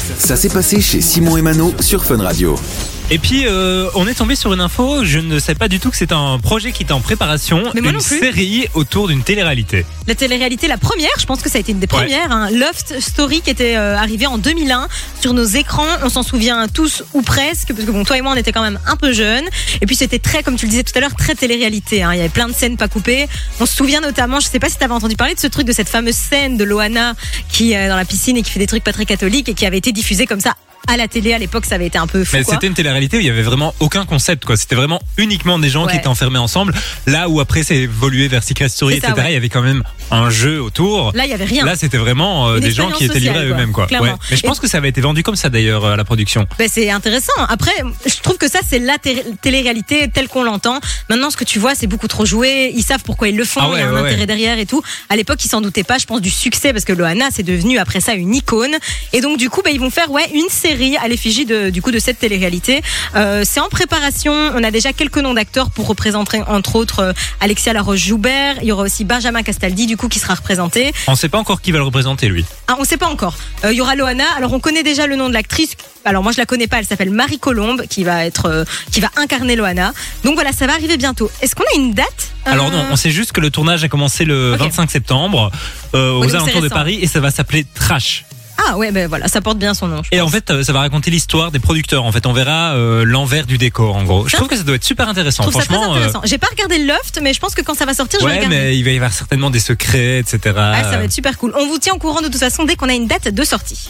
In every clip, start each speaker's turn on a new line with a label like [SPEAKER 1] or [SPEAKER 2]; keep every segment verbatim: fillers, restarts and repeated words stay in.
[SPEAKER 1] Ça s'est passé chez Simon et Mano sur Fun Radio.
[SPEAKER 2] Et puis, euh, on est tombé sur une info, je ne savais pas du tout que c'était un projet qui était en préparation,
[SPEAKER 3] Mais moi
[SPEAKER 2] une
[SPEAKER 3] non plus.
[SPEAKER 2] série autour d'une télé-réalité.
[SPEAKER 3] La télé-réalité, la première, je pense que ça a été une des
[SPEAKER 2] Ouais.
[SPEAKER 3] premières, hein, Loft Story qui était euh, arrivée en deux mille un sur nos écrans. On s'en souvient tous ou presque, parce que bon, toi et moi, on était quand même un peu jeunes. Et puis c'était très, comme tu le disais tout à l'heure, très télé-réalité. Hein. Il y avait plein de scènes pas coupées. On se souvient notamment, je sais pas si tu avais entendu parler de ce truc, de cette fameuse scène de Loana qui est dans la piscine et qui fait des trucs pas très catholiques et qui avait été diffusée comme ça à la télé. À l'époque, ça avait été un peu fou.
[SPEAKER 2] Mais
[SPEAKER 3] quoi.
[SPEAKER 2] c'était une télé-réalité où il y avait vraiment aucun concept, quoi. C'était vraiment uniquement des gens
[SPEAKER 3] Ouais.
[SPEAKER 2] qui étaient enfermés ensemble. Là où après c'est évolué vers Secret Story,
[SPEAKER 3] C'est ça,
[SPEAKER 2] et cetera.
[SPEAKER 3] ouais.
[SPEAKER 2] Il y avait quand même un jeu autour.
[SPEAKER 3] Là, il y avait rien.
[SPEAKER 2] Là, c'était vraiment euh,
[SPEAKER 3] Une
[SPEAKER 2] des gens qui étaient
[SPEAKER 3] expérience
[SPEAKER 2] livrés à
[SPEAKER 3] sociale,
[SPEAKER 2] eux-mêmes, quoi.
[SPEAKER 3] quoi, clairement.
[SPEAKER 2] Ouais. Mais je pense
[SPEAKER 3] Et-
[SPEAKER 2] que ça avait été vendu comme ça d'ailleurs à la production.
[SPEAKER 3] Ben, c'est intéressant. Après, je trouve que ça, c'est la té- télé-réalité telle qu'on l'entend. Maintenant, ce que tu vois, c'est beaucoup trop joué. Ils savent pourquoi ils le font.
[SPEAKER 2] Ah ouais,
[SPEAKER 3] il y a un
[SPEAKER 2] ouais,
[SPEAKER 3] intérêt
[SPEAKER 2] ouais.
[SPEAKER 3] derrière et tout. À l'époque, ils s'en doutaient pas, je pense, du succès parce que Loana, c'est devenu après ça une icône. Et donc, du coup, ben, ils vont faire ouais, une série à l'effigie de, du coup, de cette télé-réalité. Euh, c'est en préparation. On a déjà quelques noms d'acteurs pour représenter, entre autres, euh, Alexia Laroche-Joubert. Il y aura aussi Benjamin Castaldi, du coup, qui sera représenté.
[SPEAKER 2] On ne sait pas encore qui va le représenter, lui.
[SPEAKER 3] Ah, on sait pas encore. Euh, Il y aura Loana. Alors on connaît déjà le nom de l'actrice. Alors moi je la connais pas. Elle s'appelle Marie Colombe, qui va être, euh, qui va incarner Loana. Donc voilà, ça va arriver bientôt. Est-ce qu'on a une date Euh,
[SPEAKER 2] Alors non, on sait juste que le tournage a commencé le
[SPEAKER 3] Ok.
[SPEAKER 2] vingt-cinq septembre euh,
[SPEAKER 3] Ouais,
[SPEAKER 2] aux
[SPEAKER 3] donc
[SPEAKER 2] alentours
[SPEAKER 3] c'est
[SPEAKER 2] de
[SPEAKER 3] récent.
[SPEAKER 2] Paris et ça va s'appeler Trash.
[SPEAKER 3] Ah ouais, ben voilà, ça porte bien son nom. je
[SPEAKER 2] Et
[SPEAKER 3] pense.
[SPEAKER 2] en fait, euh, ça va raconter l'histoire des producteurs. En fait, on verra euh, l'envers du décor, en gros. Je trouve que ça doit être super intéressant.
[SPEAKER 3] je trouve ça très
[SPEAKER 2] Franchement,
[SPEAKER 3] intéressant. J'ai pas regardé le Loft, mais je pense que quand ça va sortir, je
[SPEAKER 2] euh,
[SPEAKER 3] vais
[SPEAKER 2] ouais,
[SPEAKER 3] regarder.
[SPEAKER 2] mais il va y avoir certainement des secrets, et cetera.
[SPEAKER 3] Ah, ça va être super cool. On vous tient au courant de toute façon dès qu'on a une date de sortie.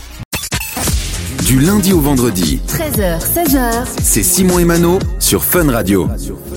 [SPEAKER 1] Du lundi au vendredi,
[SPEAKER 4] treize heures, seize heures.
[SPEAKER 1] c'est Simon et Mano sur Fun Radio.